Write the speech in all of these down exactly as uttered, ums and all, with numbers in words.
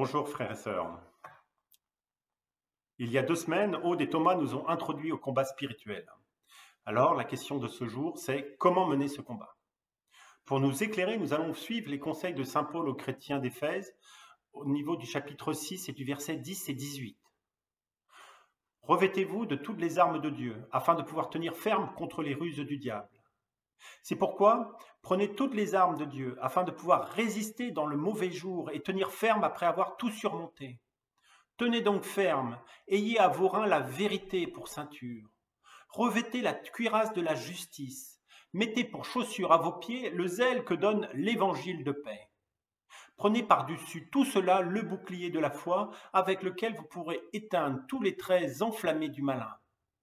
Bonjour frères et sœurs. Il y a deux semaines, Aude et Thomas nous ont introduits au combat spirituel. Alors, la question de ce jour, c'est comment mener ce combat? Pour nous éclairer, nous allons suivre les conseils de saint Paul aux chrétiens d'Éphèse au niveau du chapitre six et du verset dix et dix-huit. Revêtez-vous de toutes les armes de Dieu, afin de pouvoir tenir ferme contre les ruses du diable. C'est pourquoi prenez toutes les armes de Dieu, afin de pouvoir résister dans le mauvais jour et tenir ferme après avoir tout surmonté. Tenez donc ferme, ayez à vos reins la vérité pour ceinture. Revêtez la cuirasse de la justice. Mettez pour chaussure à vos pieds le zèle que donne l'évangile de paix. Prenez par-dessus tout cela le bouclier de la foi avec lequel vous pourrez éteindre tous les traits enflammés du malin.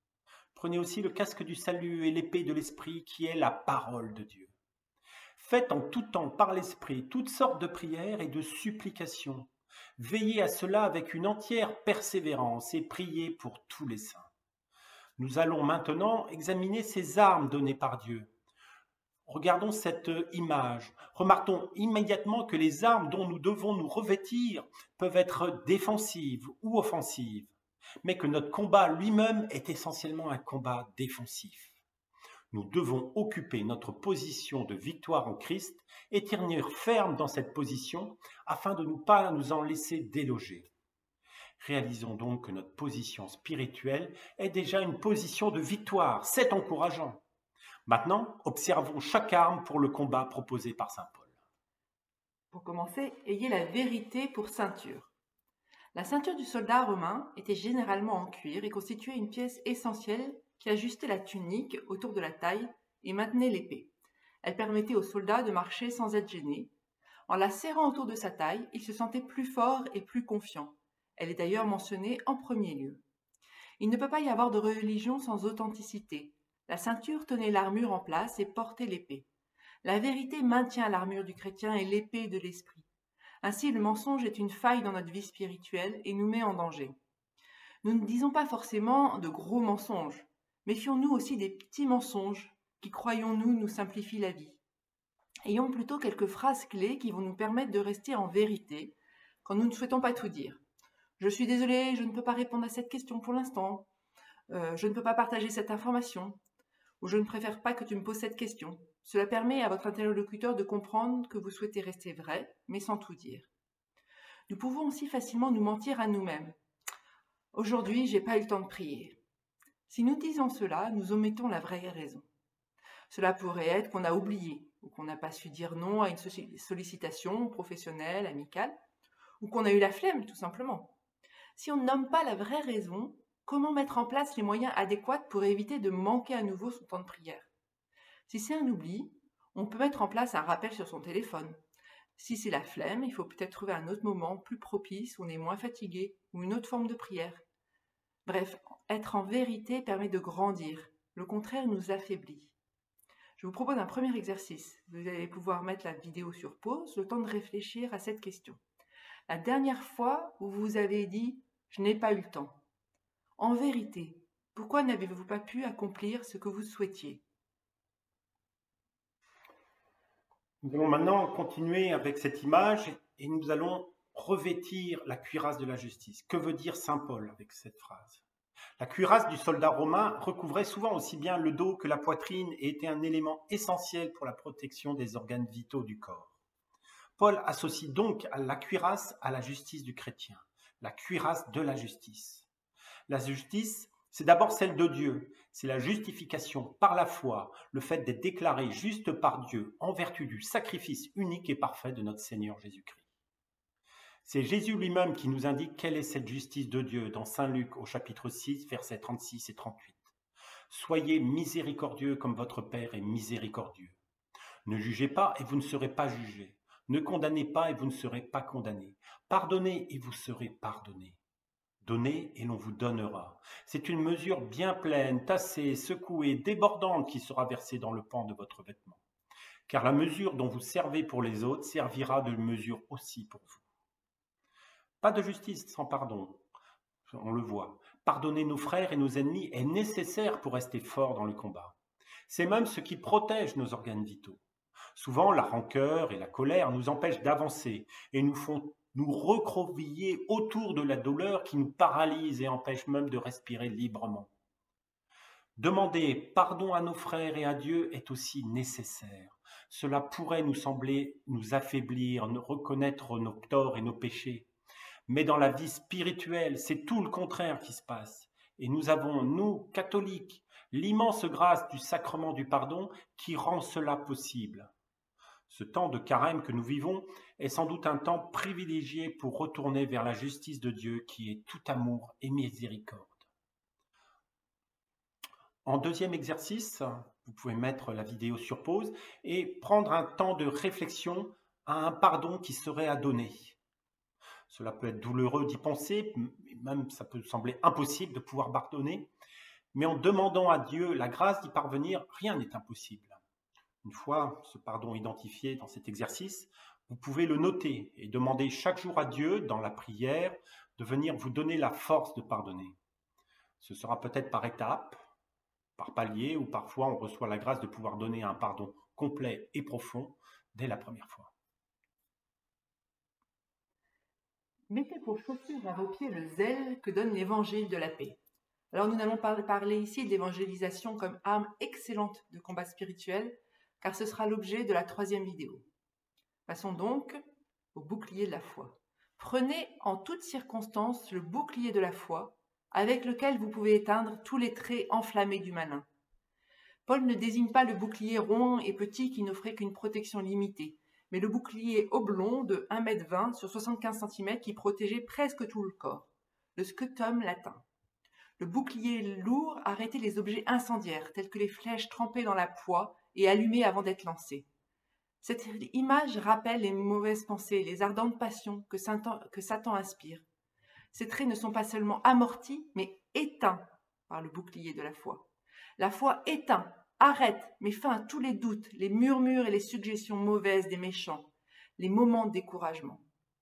Prenez aussi le casque du salut et l'épée de l'esprit qui est la parole de Dieu. Faites en tout temps par l'esprit toutes sortes de prières et de supplications. Veillez à cela avec une entière persévérance et priez pour tous les saints. Nous allons maintenant examiner ces armes données par Dieu. Regardons cette image. Remarquons immédiatement que les armes dont nous devons nous revêtir peuvent être défensives ou offensives, mais que notre combat lui-même est essentiellement un combat défensif. Nous devons occuper notre position de victoire en Christ et tenir ferme dans cette position afin de ne pas nous en laisser déloger. Réalisons donc que notre position spirituelle est déjà une position de victoire. C'est encourageant. Maintenant, observons chaque arme pour le combat proposé par saint Paul. Pour commencer, ayez la vérité pour ceinture. La ceinture du soldat romain était généralement en cuir et constituait une pièce essentielle qui ajustait la tunique autour de la taille et maintenait l'épée. Elle permettait au soldat de marcher sans être gêné. En la serrant autour de sa taille, il se sentait plus fort et plus confiant. Elle est d'ailleurs mentionnée en premier lieu. Il ne peut pas y avoir de religion sans authenticité. La ceinture tenait l'armure en place et portait l'épée. La vérité maintient l'armure du chrétien et l'épée de l'esprit. Ainsi, le mensonge est une faille dans notre vie spirituelle et nous met en danger. Nous ne disons pas forcément de gros mensonges. Méfions-nous aussi des petits mensonges qui, croyons-nous, nous simplifient la vie. Ayons plutôt quelques phrases clés qui vont nous permettre de rester en vérité quand nous ne souhaitons pas tout dire. Je suis désolée, je ne peux pas répondre à cette question pour l'instant. Euh, je ne peux pas partager cette information. Ou je ne préfère pas que tu me poses cette question. Cela permet à votre interlocuteur de comprendre que vous souhaitez rester vrai, mais sans tout dire. Nous pouvons aussi facilement nous mentir à nous-mêmes. Aujourd'hui, j'ai pas eu le temps de prier. Si nous disons cela, nous omettons la vraie raison. Cela pourrait être qu'on a oublié, ou qu'on n'a pas su dire non à une sollicitation professionnelle, amicale, ou qu'on a eu la flemme, tout simplement. Si on ne nomme pas la vraie raison, comment mettre en place les moyens adéquats pour éviter de manquer à nouveau son temps de prière? Si c'est un oubli, on peut mettre en place un rappel sur son téléphone. Si c'est la flemme, il faut peut-être trouver un autre moment plus propice où on est moins fatigué ou une autre forme de prière. Bref, être en vérité permet de grandir. Le contraire nous affaiblit. Je vous propose un premier exercice. Vous allez pouvoir mettre la vidéo sur pause, le temps de réfléchir à cette question. La dernière fois où vous avez dit « je n'ai pas eu le temps ». En vérité, pourquoi n'avez-vous pas pu accomplir ce que vous souhaitiez? Nous allons maintenant continuer avec cette image et nous allons revêtir la cuirasse de la justice. Que veut dire saint Paul avec cette phrase? La cuirasse du soldat romain recouvrait souvent aussi bien le dos que la poitrine et était un élément essentiel pour la protection des organes vitaux du corps. Paul associe donc la cuirasse à la justice du chrétien, la cuirasse de la justice. La justice, c'est d'abord celle de Dieu, c'est la justification par la foi, le fait d'être déclaré juste par Dieu en vertu du sacrifice unique et parfait de notre Seigneur Jésus-Christ. C'est Jésus lui-même qui nous indique quelle est cette justice de Dieu dans saint Luc au chapitre six, versets trente-six et trente-huit. Soyez miséricordieux comme votre Père est miséricordieux. Ne jugez pas et vous ne serez pas jugés. Ne condamnez pas et vous ne serez pas condamnés. Pardonnez et vous serez pardonnés. Donnez et l'on vous donnera. C'est une mesure bien pleine, tassée, secouée, débordante qui sera versée dans le pan de votre vêtement. Car la mesure dont vous servez pour les autres servira de mesure aussi pour vous. Pas de justice sans pardon, on le voit. Pardonner nos frères et nos ennemis est nécessaire pour rester fort dans le combat. C'est même ce qui protège nos organes vitaux. Souvent, la rancœur et la colère nous empêchent d'avancer et nous font nous recroqueviller autour de la douleur qui nous paralyse et empêche même de respirer librement. Demander pardon à nos frères et à Dieu est aussi nécessaire. Cela pourrait nous sembler nous affaiblir, nous reconnaître nos torts et nos péchés. Mais dans la vie spirituelle, c'est tout le contraire qui se passe. Et nous avons, nous, catholiques, l'immense grâce du sacrement du pardon qui rend cela possible. Ce temps de carême que nous vivons est sans doute un temps privilégié pour retourner vers la justice de Dieu qui est tout amour et miséricorde. En deuxième exercice, vous pouvez mettre la vidéo sur pause et prendre un temps de réflexion à un pardon qui serait à donner. Cela peut être douloureux d'y penser, même ça peut sembler impossible de pouvoir pardonner, mais en demandant à Dieu la grâce d'y parvenir, rien n'est impossible. Une fois ce pardon identifié dans cet exercice, vous pouvez le noter et demander chaque jour à Dieu, dans la prière, de venir vous donner la force de pardonner. Ce sera peut-être par étapes, par palier, ou parfois on reçoit la grâce de pouvoir donner un pardon complet et profond dès la première fois. Mettez pour chaussure à vos pieds le zèle que donne l'évangile de la paix. Alors nous n'allons pas parler ici de l'évangélisation comme arme excellente de combat spirituel, car ce sera l'objet de la troisième vidéo. Passons donc au bouclier de la foi. Prenez en toutes circonstances le bouclier de la foi, avec lequel vous pouvez éteindre tous les traits enflammés du malin. Paul ne désigne pas le bouclier rond et petit qui n'offrait qu'une protection limitée, mais le bouclier oblong de un mètre vingt sur soixante-quinze centimètres qui protégeait presque tout le corps, le scutum latin. Le bouclier lourd arrêtait les objets incendiaires, tels que les flèches trempées dans la poix et allumées avant d'être lancées. Cette image rappelle les mauvaises pensées, les ardentes passions que Satan, que Satan inspire. Ces traits ne sont pas seulement amortis, mais éteints par le bouclier de la foi. La foi éteint, arrête, met fin à tous les doutes, les murmures et les suggestions mauvaises des méchants, les moments de découragement.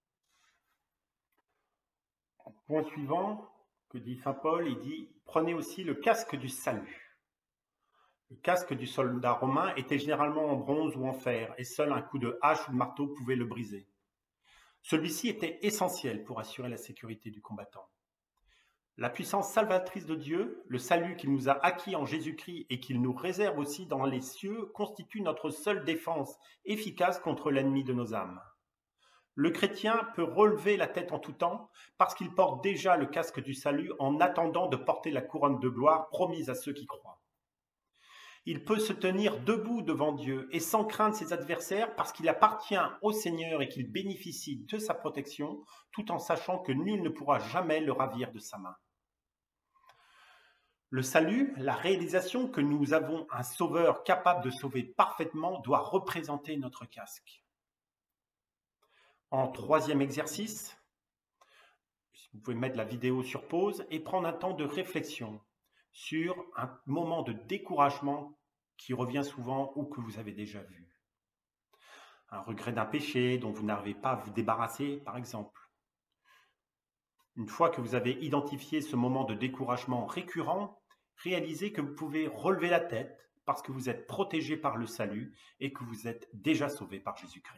Point suivant, que dit saint Paul, il dit « Prenez aussi le casque du salut ». Le casque du soldat romain était généralement en bronze ou en fer, et seul un coup de hache ou de marteau pouvait le briser. Celui-ci était essentiel pour assurer la sécurité du combattant. La puissance salvatrice de Dieu, le salut qu'il nous a acquis en Jésus-Christ et qu'il nous réserve aussi dans les cieux, constitue notre seule défense efficace contre l'ennemi de nos âmes. Le chrétien peut relever la tête en tout temps parce qu'il porte déjà le casque du salut en attendant de porter la couronne de gloire promise à ceux qui croient. Il peut se tenir debout devant Dieu et sans craindre ses adversaires parce qu'il appartient au Seigneur et qu'il bénéficie de sa protection, tout en sachant que nul ne pourra jamais le ravir de sa main. Le salut, la réalisation que nous avons un sauveur capable de sauver parfaitement, doit représenter notre casque. En troisième exercice, vous pouvez mettre la vidéo sur pause et prendre un temps de réflexion sur un moment de découragement qui revient souvent ou que vous avez déjà vu. Un regret d'un péché dont vous n'arrivez pas à vous débarrasser, par exemple. Une fois que vous avez identifié ce moment de découragement récurrent, réalisez que vous pouvez relever la tête parce que vous êtes protégé par le salut et que vous êtes déjà sauvé par Jésus-Christ.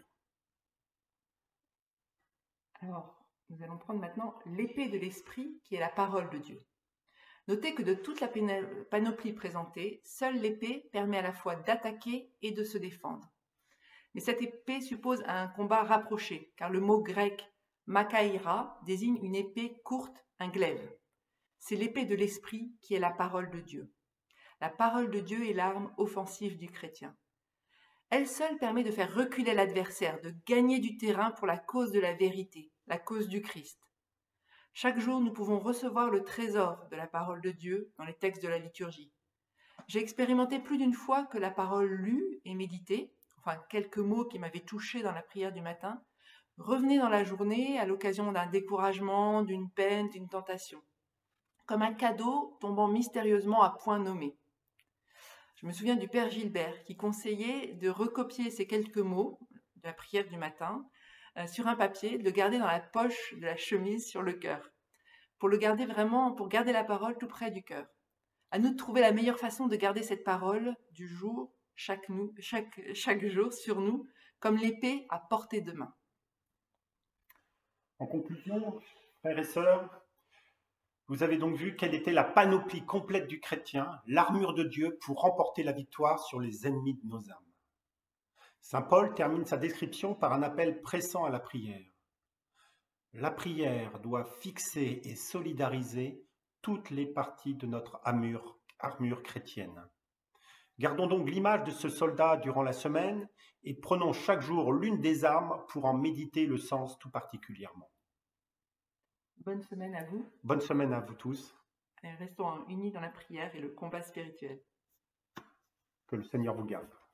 Alors, nous allons prendre maintenant l'épée de l'esprit qui est la parole de Dieu. Notez que de toute la panoplie présentée, seule l'épée permet à la fois d'attaquer et de se défendre. Mais cette épée suppose un combat rapproché, car le mot grec makaïra désigne une épée courte, un glaive. C'est l'épée de l'esprit qui est la parole de Dieu. La parole de Dieu est l'arme offensive du chrétien. Elle seule permet de faire reculer l'adversaire, de gagner du terrain pour la cause de la vérité, la cause du Christ. Chaque jour, nous pouvons recevoir le trésor de la parole de Dieu dans les textes de la liturgie. J'ai expérimenté plus d'une fois que la parole lue et méditée, enfin quelques mots qui m'avaient touché dans la prière du matin, revenaient dans la journée à l'occasion d'un découragement, d'une peine, d'une tentation, comme un cadeau tombant mystérieusement à point nommé. Je me souviens du Père Gilbert qui conseillait de recopier ces quelques mots de la prière du matin euh, sur un papier, de le garder dans la poche de la chemise sur le cœur, pour le garder vraiment, pour garder la parole tout près du cœur. À nous de trouver la meilleure façon de garder cette parole du jour, chaque, nous, chaque, chaque jour sur nous, comme l'épée à portée de main. En conclusion, frères et sœurs, vous avez donc vu quelle était la panoplie complète du chrétien, l'armure de Dieu pour remporter la victoire sur les ennemis de nos âmes. Saint Paul termine sa description par un appel pressant à la prière. La prière doit fixer et solidariser toutes les parties de notre armure, armure chrétienne. Gardons donc l'image de ce soldat durant la semaine et prenons chaque jour l'une des armes pour en méditer le sens tout particulièrement. Bonne semaine à vous Bonne semaine à vous tous. et restons unis dans la prière et le combat spirituel. Que le Seigneur vous garde.